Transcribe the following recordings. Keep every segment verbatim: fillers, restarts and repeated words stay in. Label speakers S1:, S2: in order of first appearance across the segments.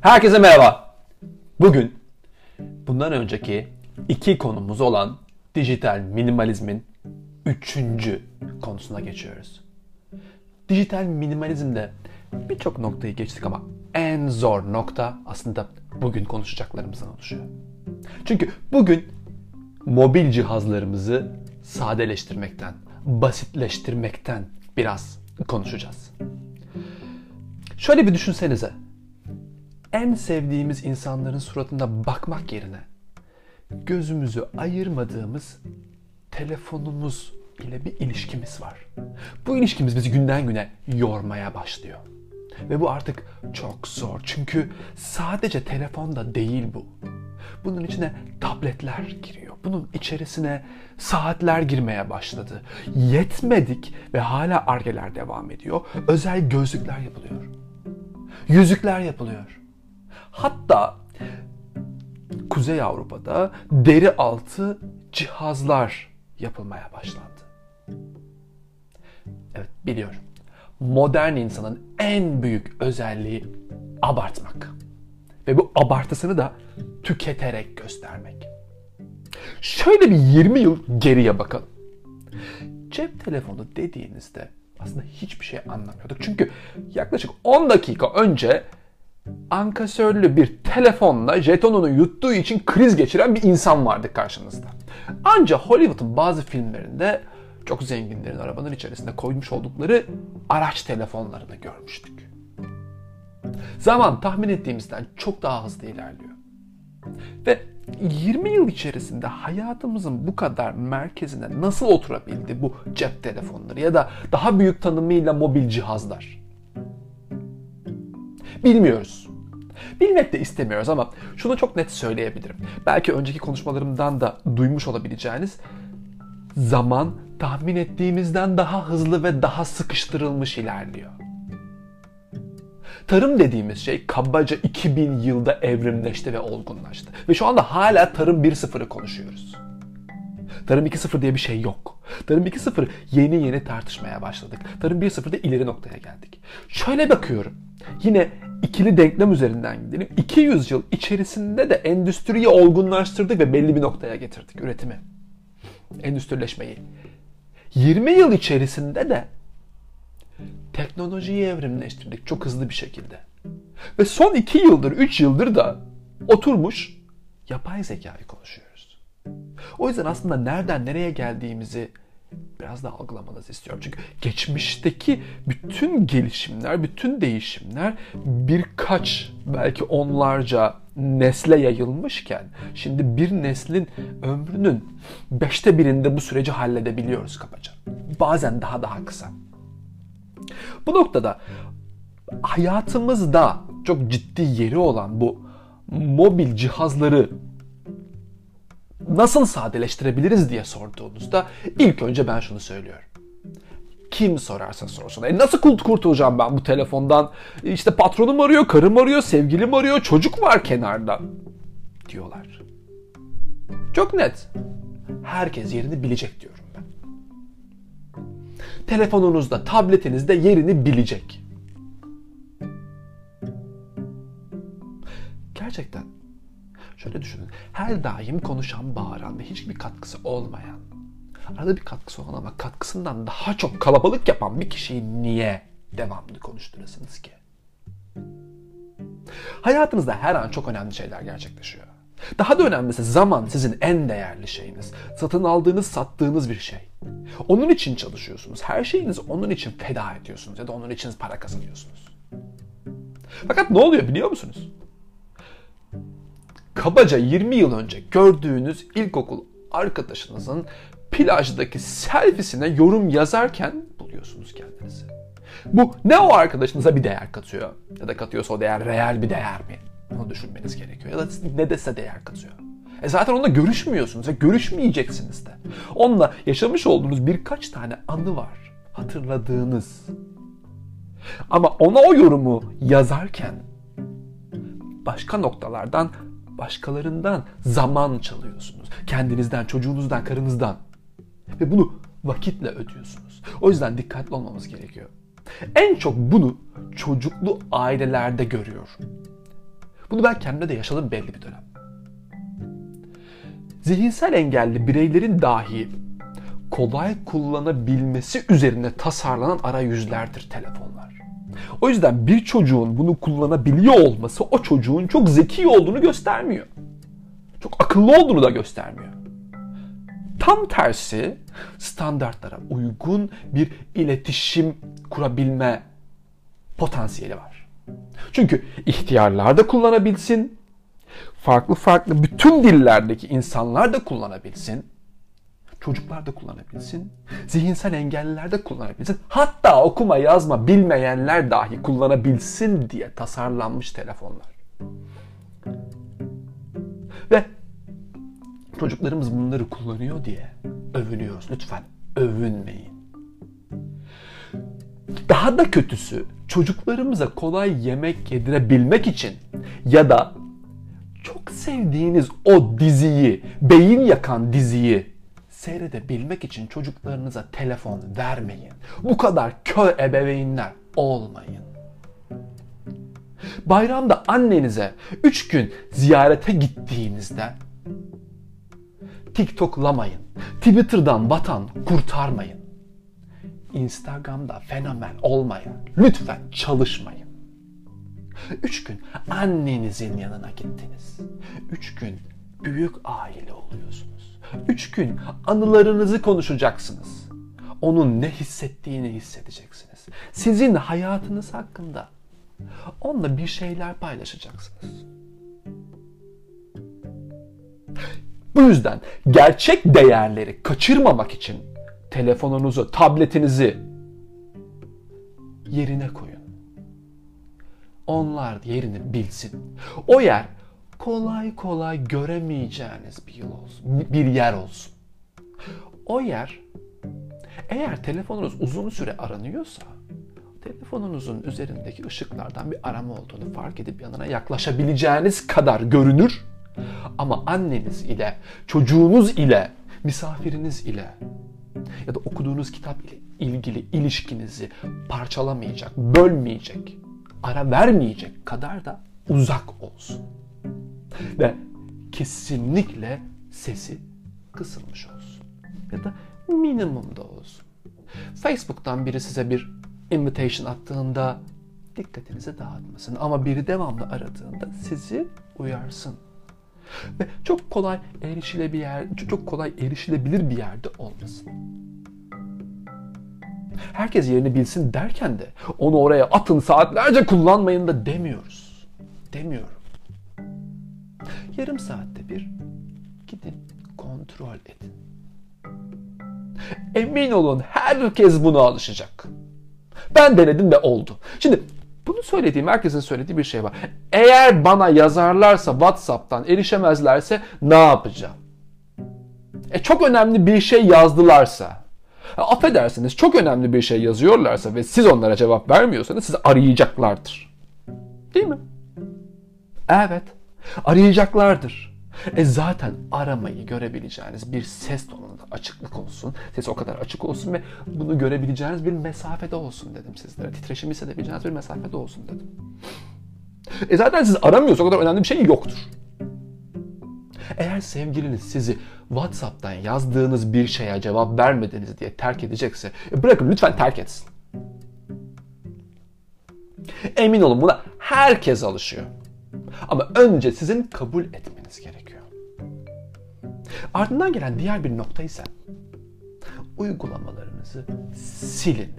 S1: Herkese merhaba. Bugün bundan önceki iki konumuz olan dijital minimalizmin üçüncü konusuna geçiyoruz. Dijital minimalizmde birçok noktayı geçtik ama en zor nokta aslında bugün konuşacaklarımızdan oluşuyor. Çünkü bugün mobil cihazlarımızı sadeleştirmekten, basitleştirmekten biraz konuşacağız. Şöyle bir düşünsenize. En sevdiğimiz insanların suratına bakmak yerine gözümüzü ayırmadığımız telefonumuz ile bir ilişkimiz var. Bu ilişkimiz bizi günden güne yormaya başlıyor. Ve bu artık çok zor. Çünkü sadece telefonda değil bu. Bunun içine tabletler giriyor. Bunun içerisine saatler girmeye başladı. Yetmedik ve hala argeler devam ediyor. Özel gözlükler yapılıyor. Yüzükler yapılıyor. Hatta Kuzey Avrupa'da deri altı cihazlar yapılmaya başlandı. Evet, biliyorum. Modern insanın en büyük özelliği abartmak. Ve bu abartısını da tüketerek göstermek. Şöyle bir yirmi yıl geriye bakalım. Cep telefonu dediğinizde aslında hiçbir şey anlamıyorduk. Çünkü yaklaşık on dakika önce ankasörlü bir telefonla jetonunu yuttuğu için kriz geçiren bir insan vardı karşınızda. Ancak Hollywood'un bazı filmlerinde çok zenginlerin arabanın içerisinde koymuş oldukları araç telefonlarını görmüştük. Zaman tahmin ettiğimizden çok daha hızlı ilerliyor. Ve yirmi yıl içerisinde hayatımızın bu kadar merkezine nasıl oturabildi bu cep telefonları ya da daha büyük tanımıyla mobil cihazlar? Bilmiyoruz. Bilmek de istemiyoruz ama şunu çok net söyleyebilirim. Belki önceki konuşmalarımdan da duymuş olabileceğiniz, zaman tahmin ettiğimizden daha hızlı ve daha sıkıştırılmış ilerliyor. Tarım dediğimiz şey kabaca iki bin yılda evrimleşti ve olgunlaştı. Ve şu anda hala Tarım bir nokta sıfırı konuşuyoruz. Tarım iki nokta sıfır diye bir şey yok. Tarım iki nokta sıfır yeni yeni tartışmaya başladık. Tarım bir nokta sıfırda ileri noktaya geldik. Şöyle bakıyorum. Yine ikili denklem üzerinden gidelim. iki yüz yıl içerisinde de endüstriyi olgunlaştırdık ve belli bir noktaya getirdik üretimi. Endüstrileşmeyi. yirmi yıl içerisinde de teknolojiyi evrimleştirdik çok hızlı bir şekilde. Ve son iki yıldır, üç yıldır da oturmuş yapay zekayı konuşuyoruz. O yüzden aslında nereden nereye geldiğimizi biraz daha algılamanızı istiyorum. Çünkü geçmişteki bütün gelişimler, bütün değişimler birkaç, belki onlarca nesle yayılmışken şimdi bir neslin ömrünün beşte birinde bu süreci halledebiliyoruz kabaca. Bazen daha daha kısa. Bu noktada hayatımızda çok ciddi yeri olan bu mobil cihazları nasıl sadeleştirebiliriz diye sorduğunuzda ilk önce ben şunu söylüyorum. Kim sorarsa sorsun. E nasıl kurtulacağım ben bu telefondan? İşte patronum arıyor, karım arıyor, sevgilim arıyor, çocuk var kenarda diyorlar. Çok net. Herkes yerini bilecek diyorum ben. Telefonunuzda, tabletinizde yerini bilecek. Gerçekten. Şöyle düşünün. Her daim konuşan, bağıran ve hiçbir katkısı olmayan, arada bir katkısı olan ama katkısından daha çok kalabalık yapan bir kişiyi niye devamlı konuşturasınız ki? Hayatınızda her an çok önemli şeyler gerçekleşiyor. Daha da önemlisi zaman sizin en değerli şeyiniz. Satın aldığınız, sattığınız bir şey. Onun için çalışıyorsunuz. Her şeyinizi onun için feda ediyorsunuz ya da onun için para kazanıyorsunuz. Fakat ne oluyor biliyor musunuz? Kabaca yirmi yıl önce gördüğünüz ilkokul arkadaşınızın plajdaki selfiesine yorum yazarken buluyorsunuz kendinizi. Bu ne o arkadaşınıza bir değer katıyor ya da katıyorsa o değer reel bir değer mi? Bunu düşünmeniz gerekiyor. Ya da ne dese değer katıyor. E zaten onunla görüşmüyorsunuz ve görüşmeyeceksiniz de. Onunla yaşamış olduğunuz birkaç tane anı var. Hatırladığınız. Ama ona o yorumu yazarken başka noktalardan, başkalarından zaman çalıyorsunuz. Kendinizden, çocuğunuzdan, karınızdan. Ve bunu vakitle ödüyorsunuz. O yüzden dikkatli olmamız gerekiyor. En çok bunu çocuklu ailelerde görüyorum. Bunu ben kendimde de yaşadım belli bir dönem. Zihinsel engelli bireylerin dahi kolay kullanabilmesi üzerine tasarlanan arayüzlerdir telefonlar. O yüzden bir çocuğun bunu kullanabiliyor olması o çocuğun çok zeki olduğunu göstermiyor. Çok akıllı olduğunu da göstermiyor. Tam tersi standartlara uygun bir iletişim kurabilme potansiyeli var. Çünkü ihtiyarlar da kullanabilsin, farklı farklı bütün dillerdeki insanlar da kullanabilsin, çocuklar da kullanabilsin, zihinsel engelliler de kullanabilsin, hatta okuma yazma bilmeyenler dahi kullanabilsin diye tasarlanmış telefonlar. Ve çocuklarımız bunları kullanıyor diye övünüyoruz. Lütfen övünmeyin. Daha da kötüsü, çocuklarımıza kolay yemek yedirebilmek için ya da çok sevdiğiniz o diziyi, beyin yakan diziyi seyredebilmek için çocuklarınıza telefon vermeyin. Bu kadar kör ebeveynler olmayın. Bayramda annenize üç gün ziyarete gittiğinizde TikTok'lamayın. Twitter'dan vatan kurtarmayın. Instagram'da fenomen olmaya lütfen çalışmayın. Üç gün annenizin yanına gittiniz. Üç gün büyük aile oluyorsunuz. Üç gün anılarınızı konuşacaksınız. Onun ne hissettiğini hissedeceksiniz. Sizin hayatınız hakkında onunla bir şeyler paylaşacaksınız. Bu yüzden gerçek değerleri kaçırmamak için telefonunuzu, tabletinizi yerine koyun. Onlar yerini bilsin. O yer kolay kolay göremeyeceğiniz bir yol olsun, bir yer olsun. O yer, eğer telefonunuz uzun süre aranıyorsa, telefonunuzun üzerindeki ışıklardan bir arama olduğunu fark edip yanına yaklaşabileceğiniz kadar görünür. Ama anneniz ile, çocuğunuz ile, misafiriniz ile ya da okuduğunuz kitap ile ilgili ilişkinizi parçalamayacak, bölmeyecek, ara vermeyecek kadar da uzak olsun. Ve kesinlikle sesi kısılmış olsun. Ya da minimumda olsun. Facebook'tan biri size bir invitation attığında dikkatinizi dağıtmasın. Ama biri devamlı aradığında sizi uyarsın. Ve çok kolay erişilebilir bir yer, çok kolay erişilebilir bir yerde olmasın. Herkes yerini bilsin derken de onu oraya atın, saatlerce kullanmayın da demiyoruz. Demiyorum. Yarım saatte bir gidin kontrol edin. Emin olun herkes buna alışacak. Ben denedim ve oldu. Şimdi bunu söylediğim, herkesin söylediği bir şey var. Eğer bana yazarlarsa, WhatsApp'tan erişemezlerse ne yapacağım? E çok önemli bir şey yazdılarsa, affedersiniz çok önemli bir şey yazıyorlarsa ve siz onlara cevap vermiyorsanız sizi arayacaklardır. Değil mi? Evet, arayacaklardır. E zaten aramayı görebileceğiniz bir ses tonunda açıklık olsun. Ses o kadar açık olsun ve bunu görebileceğiniz bir mesafede olsun dedim sizlere. Titreşimi hissedebileceğiniz bir mesafede olsun dedim. E zaten siz aramıyorsa o kadar önemli bir şey yoktur. Eğer sevgiliniz sizi WhatsApp'tan yazdığınız bir şeye cevap vermediniz diye terk edecekse e bırakın lütfen terk etsin. Emin olun buna herkes alışıyor. Ama önce sizin kabul etmeniz gerekiyor. Ardından gelen diğer bir nokta ise uygulamalarınızı silin.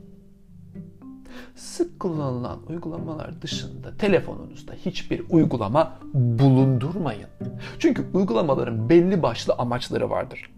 S1: Sık kullanılan uygulamalar dışında telefonunuzda hiçbir uygulama bulundurmayın. Çünkü uygulamaların belli başlı amaçları vardır.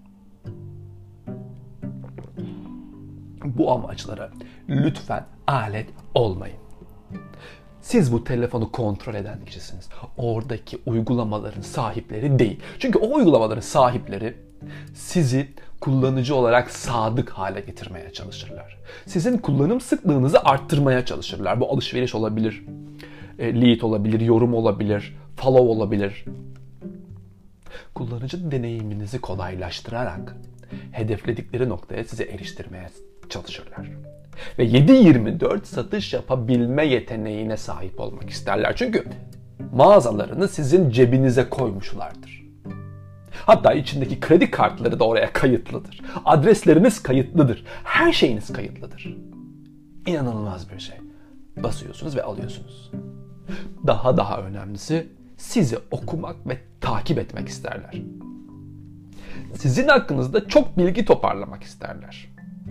S1: Bu amaçlara lütfen alet olmayın. Siz bu telefonu kontrol eden kişisiniz. Oradaki uygulamaların sahipleri değil. Çünkü o uygulamaların sahipleri sizi kullanıcı olarak sadık hale getirmeye çalışırlar. Sizin kullanım sıklığınızı arttırmaya çalışırlar. Bu alışveriş olabilir, lead olabilir, yorum olabilir, follow olabilir. Kullanıcı deneyiminizi kolaylaştırarak hedefledikleri noktaya size eriştirmeye çalışırlar. Ve yedi yirmi dört satış yapabilme yeteneğine sahip olmak isterler. Çünkü mağazalarını sizin cebinize koymuşlardır. Hatta içindeki kredi kartları da oraya kayıtlıdır. Adresleriniz kayıtlıdır. Her şeyiniz kayıtlıdır. İnanılmaz bir şey. Basıyorsunuz ve alıyorsunuz. Daha daha önemlisi sizi okumak ve takip etmek isterler. Sizin hakkınızda çok bilgi toparlamak isterler.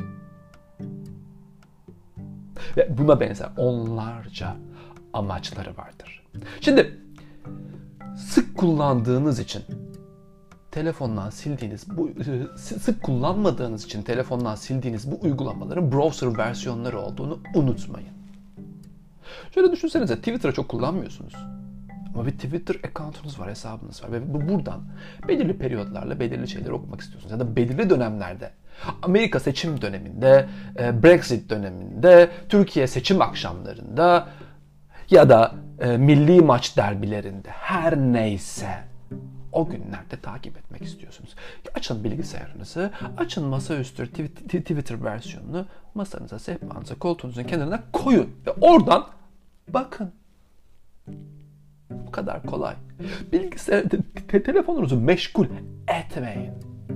S1: Ve buna benzer onlarca amaçları vardır. Şimdi sık kullandığınız için telefondan sildiğiniz, bu sık kullanmadığınız için telefondan sildiğiniz bu uygulamaların browser versiyonları olduğunu unutmayın. Şöyle düşünsenize, Twitter'ı çok kullanmıyorsunuz. Ama bir Twitter account'unuz var, hesabınız var ve bu buradan belirli periyodlarla belirli şeyleri okumak istiyorsunuz. Ya da belirli dönemlerde, Amerika seçim döneminde, Brexit döneminde, Türkiye seçim akşamlarında ya da milli maç derbilerinde, her neyse o günlerde takip etmek istiyorsunuz. Açın bilgisayarınızı, açın masaüstü Twitter versiyonunu masanıza, sehpanıza, koltuğunuzun kenarına koyun ve oradan bakın. Bu kadar kolay. Bilgisayar, te- telefonunuzu meşgul etmeyin.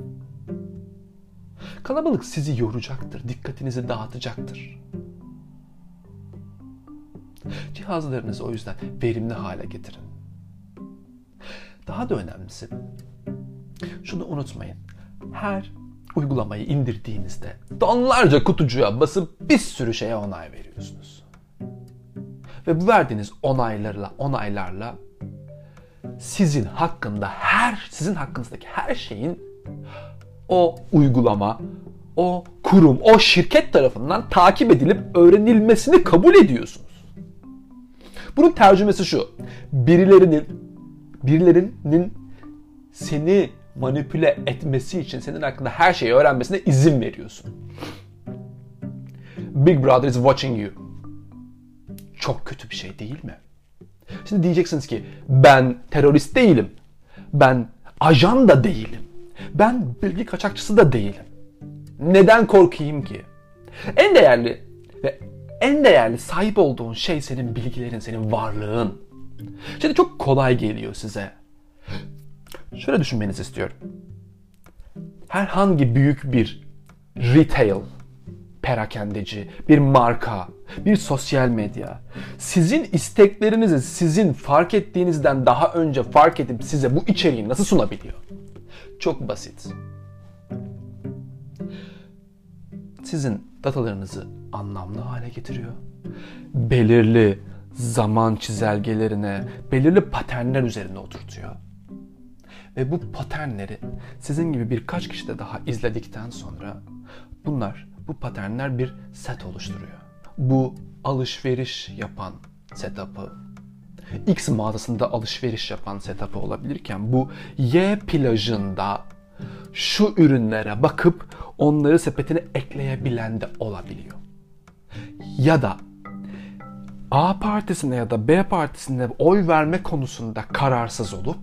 S1: Kalabalık sizi yoracaktır, dikkatinizi dağıtacaktır. Cihazlarınızı o yüzden verimli hale getirin. Daha da önemlisi, şunu unutmayın. Her uygulamayı indirdiğinizde tonlarca kutucuğa basıp bir sürü şeye onay veriyorsunuz. Ve bu verdiğiniz onaylarla, onaylarla sizin hakkında her, sizin hakkınızdaki her şeyin o uygulama, o kurum, o şirket tarafından takip edilip öğrenilmesini kabul ediyorsunuz. Bunun tercümesi şu: birilerinin birilerinin seni manipüle etmesi için senin hakkında her şeyi öğrenmesine izin veriyorsun. Big Brother is watching you. Çok kötü bir şey değil mi? Şimdi diyeceksiniz ki ben terörist değilim. Ben ajan da değilim. Ben bilgi kaçakçısı da değilim. Neden korkayım ki? En değerli ve en değerli sahip olduğun şey senin bilgilerin, senin varlığın. Şimdi çok kolay geliyor size. Şöyle düşünmenizi istiyorum. Herhangi büyük bir retail, perakendeci, bir marka, bir sosyal medya sizin isteklerinizi sizin fark ettiğinizden daha önce fark edip size bu içeriği nasıl sunabiliyor? Çok basit. Sizin datalarınızı anlamlı hale getiriyor. Belirli zaman çizelgelerine, belirli paternler üzerine oturtuyor. Ve bu paternleri sizin gibi birkaç kişi de daha izledikten sonra bunlar, bu paternler bir set oluşturuyor. Bu alışveriş yapan setup'ı, X mağazasında alışveriş yapan setup'ı olabilirken bu Y plajında şu ürünlere bakıp onları sepetine ekleyebilen de olabiliyor. Ya da A partisine ya da B partisine oy verme konusunda kararsız olup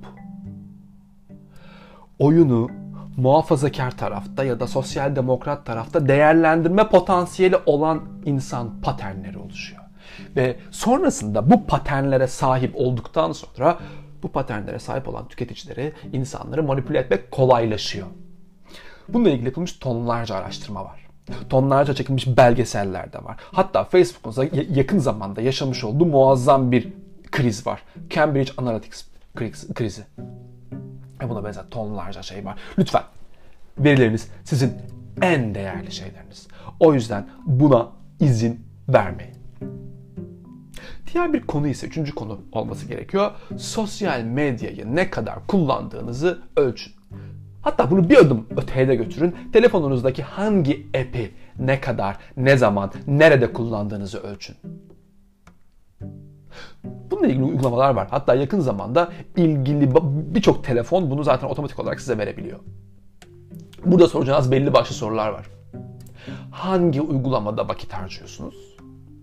S1: oyunu muhafazakar tarafta ya da sosyal demokrat tarafta değerlendirme potansiyeli olan insan paternleri oluşuyor. Ve sonrasında bu paternlere sahip olduktan sonra bu paternlere sahip olan tüketicileri, insanları manipüle etmek kolaylaşıyor. Bununla ilgili yapılmış tonlarca araştırma var. Tonlarca çekilmiş belgeseller de var. Hatta Facebook'un yakın zamanda yaşamış olduğu muazzam bir kriz var. Cambridge Analytica krizi. Ve buna benzer tonlarca şey var. Lütfen, verileriniz sizin en değerli şeyleriniz. O yüzden buna izin vermeyin. Diğer bir konu ise, üçüncü konu olması gerekiyor. Sosyal medyayı ne kadar kullandığınızı ölçün. Hatta bunu bir adım öteye de götürün. Telefonunuzdaki hangi app'i ne kadar, ne zaman, nerede kullandığınızı ölçün. Bununla ilgili uygulamalar var. Hatta yakın zamanda ilgili birçok telefon bunu zaten otomatik olarak size verebiliyor. Burada soracağınız belli başlı sorular var. Hangi uygulamada vakit harcıyorsunuz?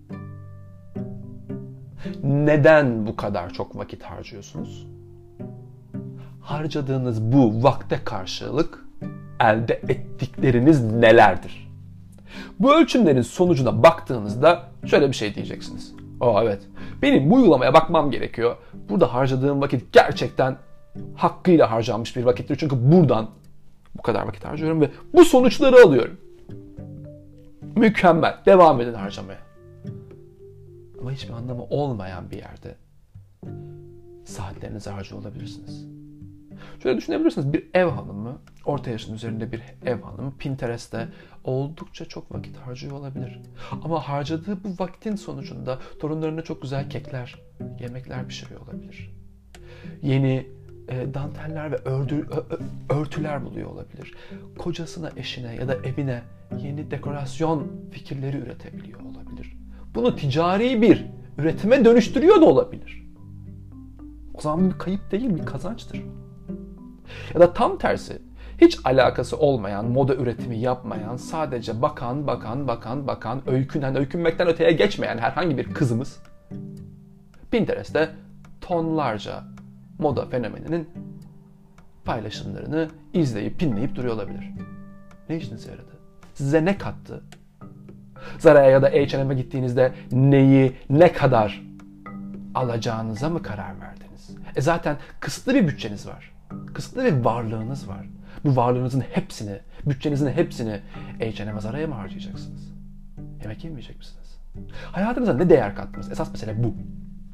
S1: Neden bu kadar çok vakit harcıyorsunuz? Harcadığınız bu vakte karşılık elde ettikleriniz nelerdir? Bu ölçümlerin sonucuna baktığınızda şöyle bir şey diyeceksiniz. Aa evet. Benim bu uygulamaya bakmam gerekiyor. Burada harcadığım vakit gerçekten hakkıyla harcanmış bir vakittir. Çünkü buradan bu kadar vakit harcıyorum ve bu sonuçları alıyorum. Mükemmel. Devam edin harcamaya. Ama hiçbir anlamı olmayan bir yerde saatlerinizi harcıyor olabilirsiniz. Şöyle düşünebilirsiniz. Bir ev hanımı, orta yaşın üzerinde bir ev hanımı Pinterest'te oldukça çok vakit harcıyor olabilir. Ama harcadığı bu vaktin sonucunda torunlarına çok güzel kekler, yemekler pişiriyor olabilir. Yeni e, danteller ve ördü, ö, ö, örtüler buluyor olabilir. Kocasına, eşine ya da evine yeni dekorasyon fikirleri üretebiliyor olabilir. Bunu ticari bir üretime dönüştürüyor da olabilir. O zaman bir kayıp değil, bir kazançtır. Ya da tam tersi, hiç alakası olmayan, moda üretimi yapmayan, sadece bakan, bakan, bakan, bakan, öykünen, öykünmekten öteye geçmeyen herhangi bir kızımız Pinterest'te tonlarca moda fenomeninin paylaşımlarını izleyip, pinleyip duruyor olabilir. Ne işinize yaradı? Size ne kattı? Zara'ya ya da H and M'e gittiğinizde neyi, ne kadar alacağınıza mı karar verdiniz? E zaten kısıtlı bir bütçeniz var. Kısıtlı bir varlığınız var. Bu varlığınızın hepsini, bütçenizin hepsini H and M'e, Zara'ya mı harcayacaksınız? Yemek yemeyecek misiniz? Hayatınıza ne değer kattınız? Esas mesele bu.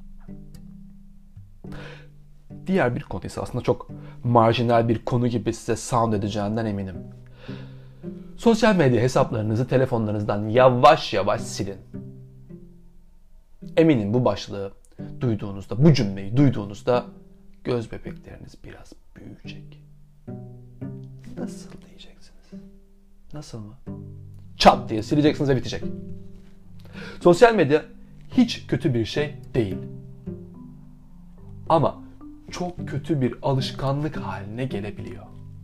S1: Diğer bir konu ise aslında çok marjinal bir konu gibi size sound edeceğinden eminim. Sosyal medya hesaplarınızı telefonlarınızdan yavaş yavaş silin. Eminim bu başlığı duyduğunuzda, bu cümleyi duyduğunuzda göz bebekleriniz biraz büyüyecek. Nasıl diyeceksiniz? Nasıl mı? Çat diye sileceksiniz ve bitecek. Sosyal medya hiç kötü bir şey değil. Ama çok kötü bir alışkanlık haline gelebiliyor.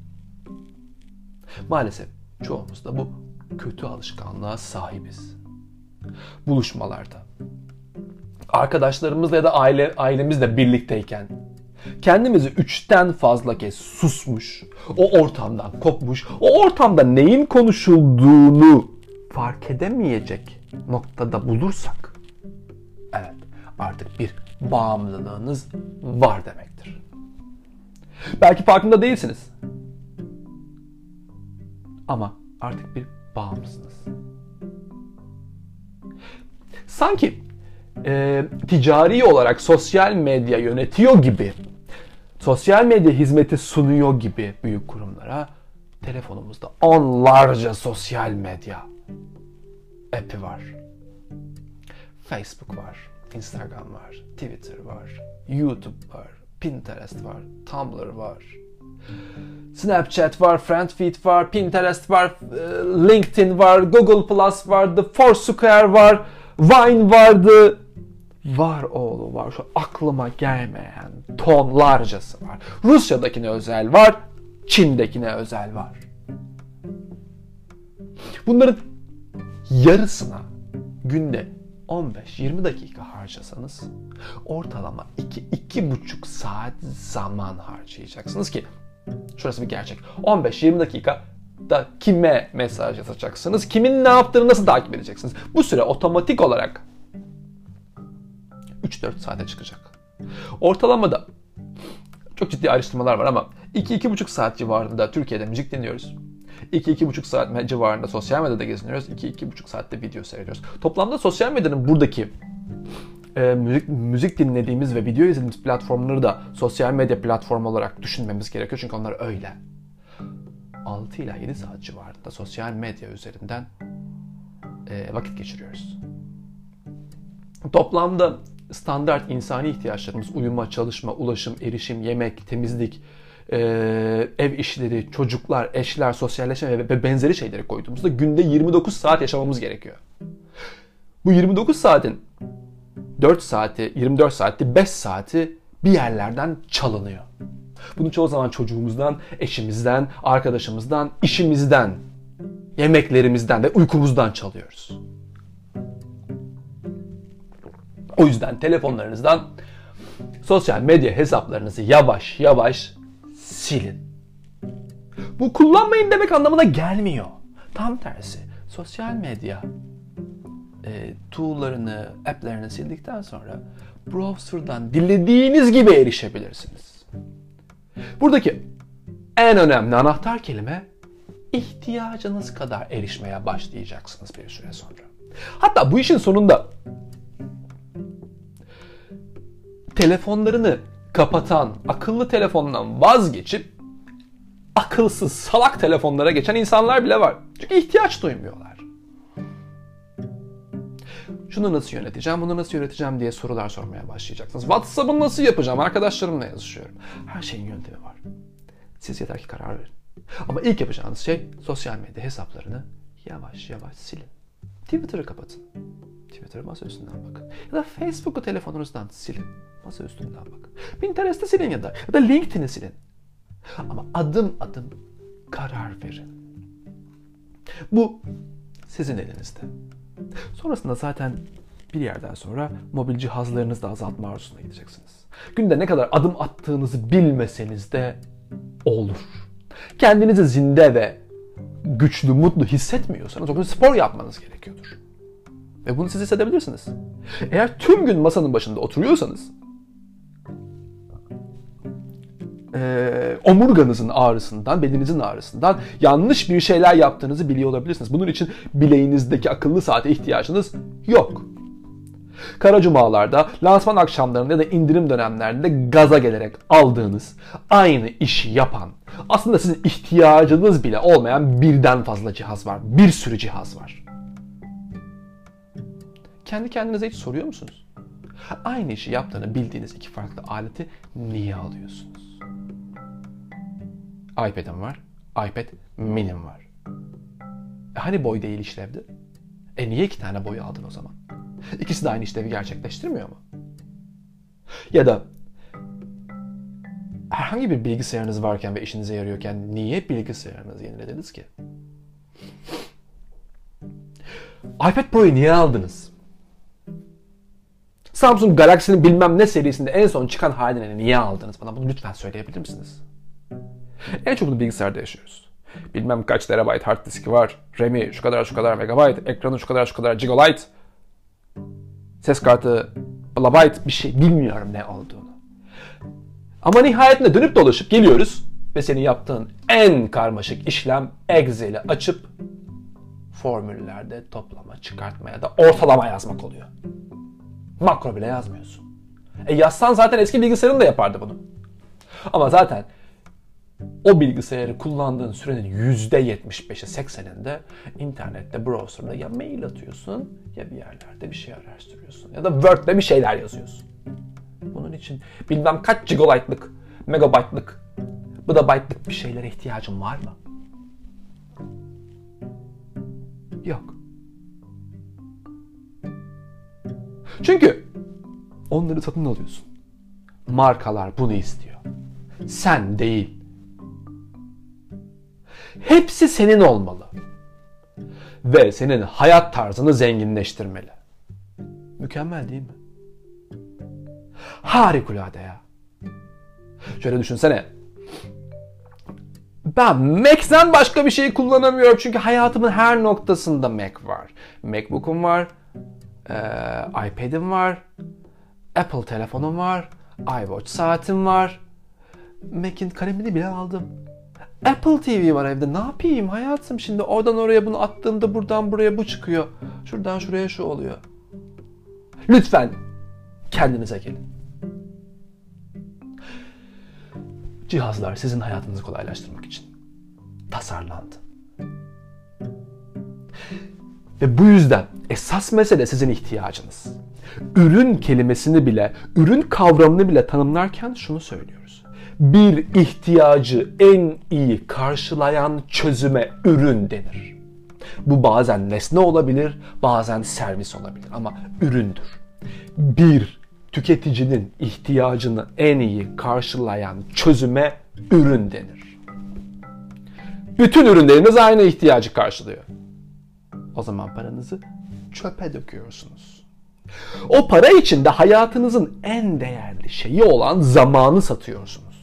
S1: Maalesef çoğumuz da bu kötü alışkanlığa sahibiz. Buluşmalarda, arkadaşlarımızla ya da aile ailemizle birlikteyken kendimizi üçten fazla kez susmuş, o ortamdan kopmuş, o ortamda neyin konuşulduğunu fark edemeyecek noktada bulursak, evet, artık bir bağımlılığınız var demektir. Belki farkında değilsiniz. Ama artık bir bağımlısınız. Sanki e, ticari olarak sosyal medya yönetiyor gibi, sosyal medya hizmeti sunuyor gibi büyük kurumlara telefonumuzda onlarca sosyal medya app'i var. Facebook var, Instagram var, Twitter var, YouTube var, Pinterest var, Tumblr var, Snapchat var, Friendfeed var, Pinterest var, LinkedIn var, Google Plus vardı, Foursquare var, Vine vardı. Var oğlu var. Şu aklıma gelmeyen tonlarcası var. Rusya'dakine özel var, Çin'dekine özel var. Bunların yarısına günde on beş yirmi dakika harcasanız ortalama iki iki buçuk saat zaman harcayacaksınız ki şurası bir gerçek. on beş yirmi dakika da kime mesaj yazacaksınız? Kimin ne yaptığını nasıl takip edeceksiniz? Bu süre otomatik olarak üç dört saate çıkacak. Ortalamada çok ciddi araştırmalar var ama iki iki buçuk saat civarında Türkiye'de müzik dinliyoruz. iki iki buçuk saat civarında sosyal medyada geziniyoruz. iki iki buçuk saatte video seyrediyoruz. Toplamda sosyal medyanın buradaki e, müzik, müzik dinlediğimiz ve video izlediğimiz platformları da sosyal medya platformu olarak düşünmemiz gerekiyor. Çünkü onlar öyle. altı ila yedi saat civarında sosyal medya üzerinden e, vakit geçiriyoruz. Toplamda standart insani ihtiyaçlarımız uyuma, çalışma, ulaşım, erişim, yemek, temizlik, e, ev işleri, çocuklar, eşler, sosyalleşme ve benzeri şeyleri koyduğumuzda günde yirmi dokuz saat yaşamamız gerekiyor. Bu yirmi dokuz saatin dört saati, yirmi dört saati, beş saati bir yerlerden çalınıyor. Bunu çoğu zaman çocuğumuzdan, eşimizden, arkadaşımızdan, işimizden, yemeklerimizden ve uykumuzdan çalıyoruz. O yüzden telefonlarınızdan sosyal medya hesaplarınızı yavaş yavaş silin. Bu kullanmayın demek anlamına gelmiyor. Tam tersi. Sosyal medya e, tool'larını, app'lerini sildikten sonra browser'dan dilediğiniz gibi erişebilirsiniz. Buradaki en önemli anahtar kelime ihtiyacınız kadar erişmeye başlayacaksınız bir süre sonra. Hatta bu işin sonunda telefonlarını kapatan, akıllı telefondan vazgeçip akılsız, salak telefonlara geçen insanlar bile var. Çünkü ihtiyaç duymuyorlar. Şunu nasıl yöneteceğim, bunu nasıl yöneteceğim diye sorular sormaya başlayacaksınız. WhatsApp'ı nasıl yapacağım, arkadaşlarımla yazışıyorum. Her şeyin yöntemi var. Siz yeter ki karar verin. Ama ilk yapacağınız şey sosyal medya hesaplarını yavaş yavaş silin. Twitter'ı kapatın. Twitter'ı masa üstünden bakın. Ya da Facebook'u telefonunuzdan silin. Masa üstünden bakın. Pinterest'i silin ya da, ya da LinkedIn'i silin. Ama adım adım karar verin. Bu sizin elinizde. Sonrasında zaten bir yerden sonra mobil cihazlarınızı da azaltma arzusuna gideceksiniz. Günde ne kadar adım attığınızı bilmeseniz de olur. Kendinizi zinde ve güçlü, mutlu hissetmiyorsanız o gün spor yapmanız gerekiyordur. Ve bunu siz hissedebilirsiniz. Eğer tüm gün masanın başında oturuyorsanız e, omurganızın ağrısından, belinizin ağrısından yanlış bir şeyler yaptığınızı biliyor olabilirsiniz. Bunun için bileğinizdeki akıllı saate ihtiyacınız yok. Kara cumalarda, lansman akşamlarında ya da indirim dönemlerinde gaza gelerek aldığınız, aynı işi yapan, aslında sizin ihtiyacınız bile olmayan birden fazla cihaz var. Bir sürü cihaz var. Kendi kendinize hiç soruyor musunuz? Aynı işi yaptığını bildiğiniz iki farklı aleti niye alıyorsunuz? iPad'im var, iPad mini'm var. E hani boy değil işlevdi? E niye iki tane boy aldın o zaman? İkisi de aynı işlevi gerçekleştirmiyor mu? Ya da herhangi bir bilgisayarınız varken ve işinize yarıyorken niye bilgisayarınızı yenilediniz ki? iPad Pro'yu niye aldınız? Samsung Galaxy'nin bilmem ne serisinde en son çıkan halini niye aldınız? Bana bunu lütfen söyleyebilir misiniz? En çok bunu bilgisayarda yaşıyoruz. Bilmem kaç terabayt hard diski var, RAM'i şu kadar şu kadar megabayt, ekranı şu kadar şu kadar gigabyte, ses kartı blabyte bir şey, bilmiyorum ne olduğunu. Ama nihayetinde dönüp dolaşıp geliyoruz ve senin yaptığın en karmaşık işlem Excel'i açıp formüllerde toplama, çıkartma ya da ortalama yazmak oluyor. Makro bile yazmıyorsun. E yazsan zaten eski bilgisayarın da yapardı bunu. Ama zaten o bilgisayarı kullandığın sürenin yüzde yetmiş beşi sekseninde internette, browser'da ya mail atıyorsun ya bir yerlerde bir şey araştırıyorsun ya da Word'de bir şeyler yazıyorsun. Bunun için bilmem kaç gigabyte'lık, megabyte'lık, byte'lık bir şeylere ihtiyacın var mı? Yok. Çünkü onları satın alıyorsun. Markalar bunu istiyor. Sen değil. Hepsi senin olmalı. Ve senin hayat tarzını zenginleştirmeli. Mükemmel değil mi? Harikulade ya. Şöyle düşünsene. Ben Mac'ten başka bir şey kullanamıyorum çünkü hayatımın her noktasında Mac var. MacBook'um var, e, iPad'im var, Apple telefonum var, iWatch saatim var. Mac'in kalemini bile aldım. Apple T V var evde. Ne yapayım hayatım şimdi? Oradan oraya bunu attığımda buradan buraya bu çıkıyor. Şuradan şuraya şu oluyor. Lütfen kendinize gelin. Cihazlar sizin hayatınızı kolaylaştırmak için tasarlandı. Ve bu yüzden esas mesele sizin ihtiyacınız. Ürün kelimesini bile, ürün kavramını bile tanımlarken şunu söylüyoruz. Bir ihtiyacı en iyi karşılayan çözüme ürün denir. Bu bazen nesne olabilir, bazen servis olabilir ama üründür. Bir tüketicinin ihtiyacını en iyi karşılayan çözüme ürün denir. Bütün ürünleriniz aynı ihtiyacı karşılıyor. O zaman paranızı çöpe döküyorsunuz. O para için de hayatınızın en değerli şeyi olan zamanı satıyorsunuz.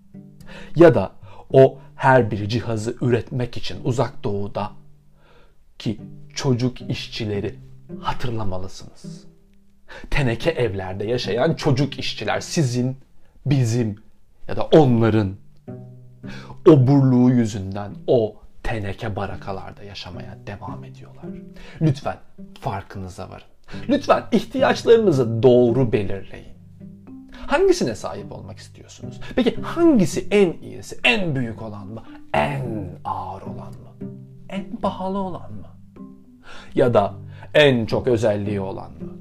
S1: Ya da o her bir cihazı üretmek için uzak doğuda ki çocuk işçileri hatırlamalısınız. Teneke evlerde yaşayan çocuk işçiler sizin, bizim ya da onların oburluğu yüzünden o teneke barakalarda yaşamaya devam ediyorlar. Lütfen farkınıza varın. Lütfen ihtiyaçlarınızı doğru belirleyin. Hangisine sahip olmak istiyorsunuz? Peki hangisi en iyisi, en büyük olan mı? En ağır olan mı? En pahalı olan mı? Ya da en çok özelliği olan mı?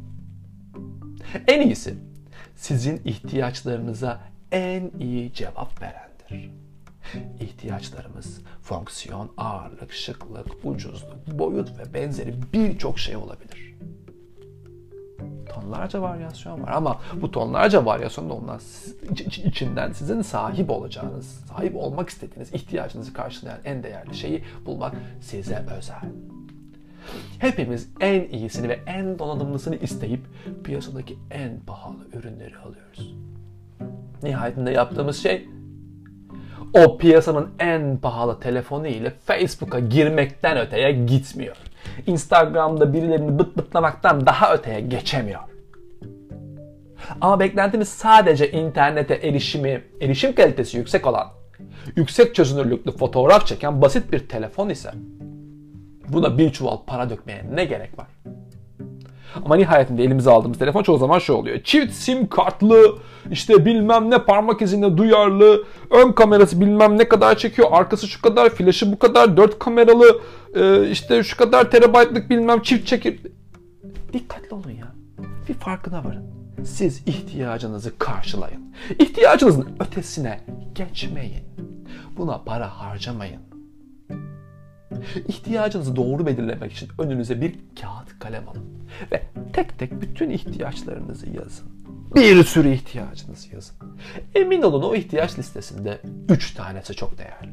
S1: En iyisi sizin ihtiyaçlarınıza en iyi cevap verendir. İhtiyaçlarımız fonksiyon, ağırlık, şıklık, ucuzluk, boyut ve benzeri birçok şey olabilir. Tonlarca varyasyon var ama bu tonlarca varyasyonda ondan içinden sizin sahip olacağınız, sahip olmak istediğiniz ihtiyacınızı karşılayan en değerli şeyi bulmak size özel. Hepimiz en iyisini ve en donanımlısını isteyip piyasadaki en pahalı ürünleri alıyoruz. Nihayetinde yaptığımız şey o piyasanın en pahalı telefonu ile Facebook'a girmekten öteye gitmiyor. Instagram'da birilerini bıt bıtlamaktan daha öteye geçemiyor. Ama beklentimiz sadece internete erişimi, erişim kalitesi yüksek olan, yüksek çözünürlüklü fotoğraf çeken basit bir telefon ise buna bir çuval para dökmeye ne gerek var? Ama nihayetinde elimize aldığımız telefon çoğu zaman şu oluyor. Çift sim kartlı, işte bilmem ne parmak izine duyarlı, ön kamerası bilmem ne kadar çekiyor, arkası şu kadar, flaşı bu kadar, dört kameralı, işte şu kadar terabaytlık bilmem çift çekir. Dikkatli olun ya. Bir farkına varın. Siz ihtiyacınızı karşılayın. İhtiyacınızın ötesine geçmeyin. Buna para harcamayın. İhtiyacınızı doğru belirlemek için önünüze bir kağıt kalem alın. Ve tek tek bütün ihtiyaçlarınızı yazın. Bir sürü ihtiyacınızı yazın. Emin olun o ihtiyaç listesinde üç tanesi çok değerli.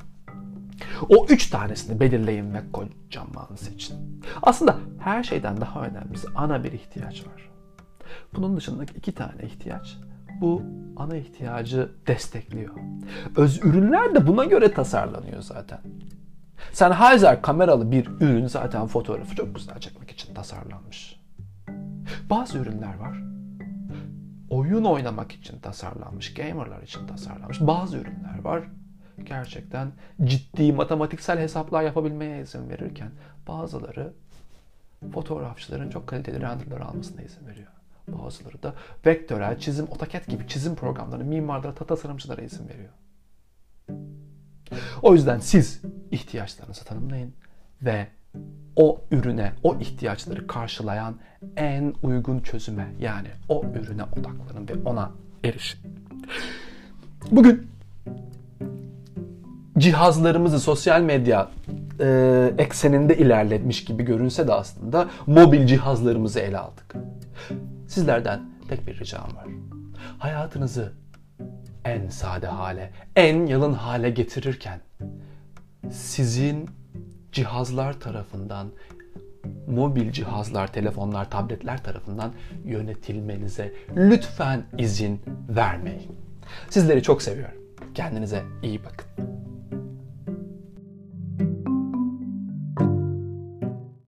S1: O üç tanesini belirleyin ve kocaman seçin. Aslında her şeyden daha önemlisi ana bir ihtiyaç var. Bunun dışındaki iki tane ihtiyaç bu ana ihtiyacı destekliyor. Öz ürünler de buna göre tasarlanıyor zaten. Sennheiser kameralı bir ürün zaten fotoğrafı çok güzel çekmek için tasarlanmış. Bazı ürünler var. Oyun oynamak için tasarlanmış, gamerlar için tasarlanmış. Bazı ürünler var. Gerçekten ciddi matematiksel hesaplar yapabilmeye izin verirken bazıları fotoğrafçıların çok kaliteli renderler almasına izin veriyor. Bazıları da vektörel çizim, AutoCAD gibi çizim programlarını mimarlara, tasarımcılara izin veriyor. O yüzden siz ihtiyaçlarınızı tanımlayın ve o ürüne, o ihtiyaçları karşılayan en uygun çözüme, yani o ürüne odaklanın ve ona erişin. Bugün cihazlarımızı sosyal medya e, ekseninde ilerletmiş gibi görünse de aslında mobil cihazlarımızı ele aldık. Sizlerden tek bir ricam var. Hayatınızı en sade hale, en yalın hale getirirken sizin cihazlar tarafından, mobil cihazlar, telefonlar, tabletler tarafından yönetilmenize lütfen izin vermeyin. Sizleri çok seviyorum. Kendinize iyi bakın.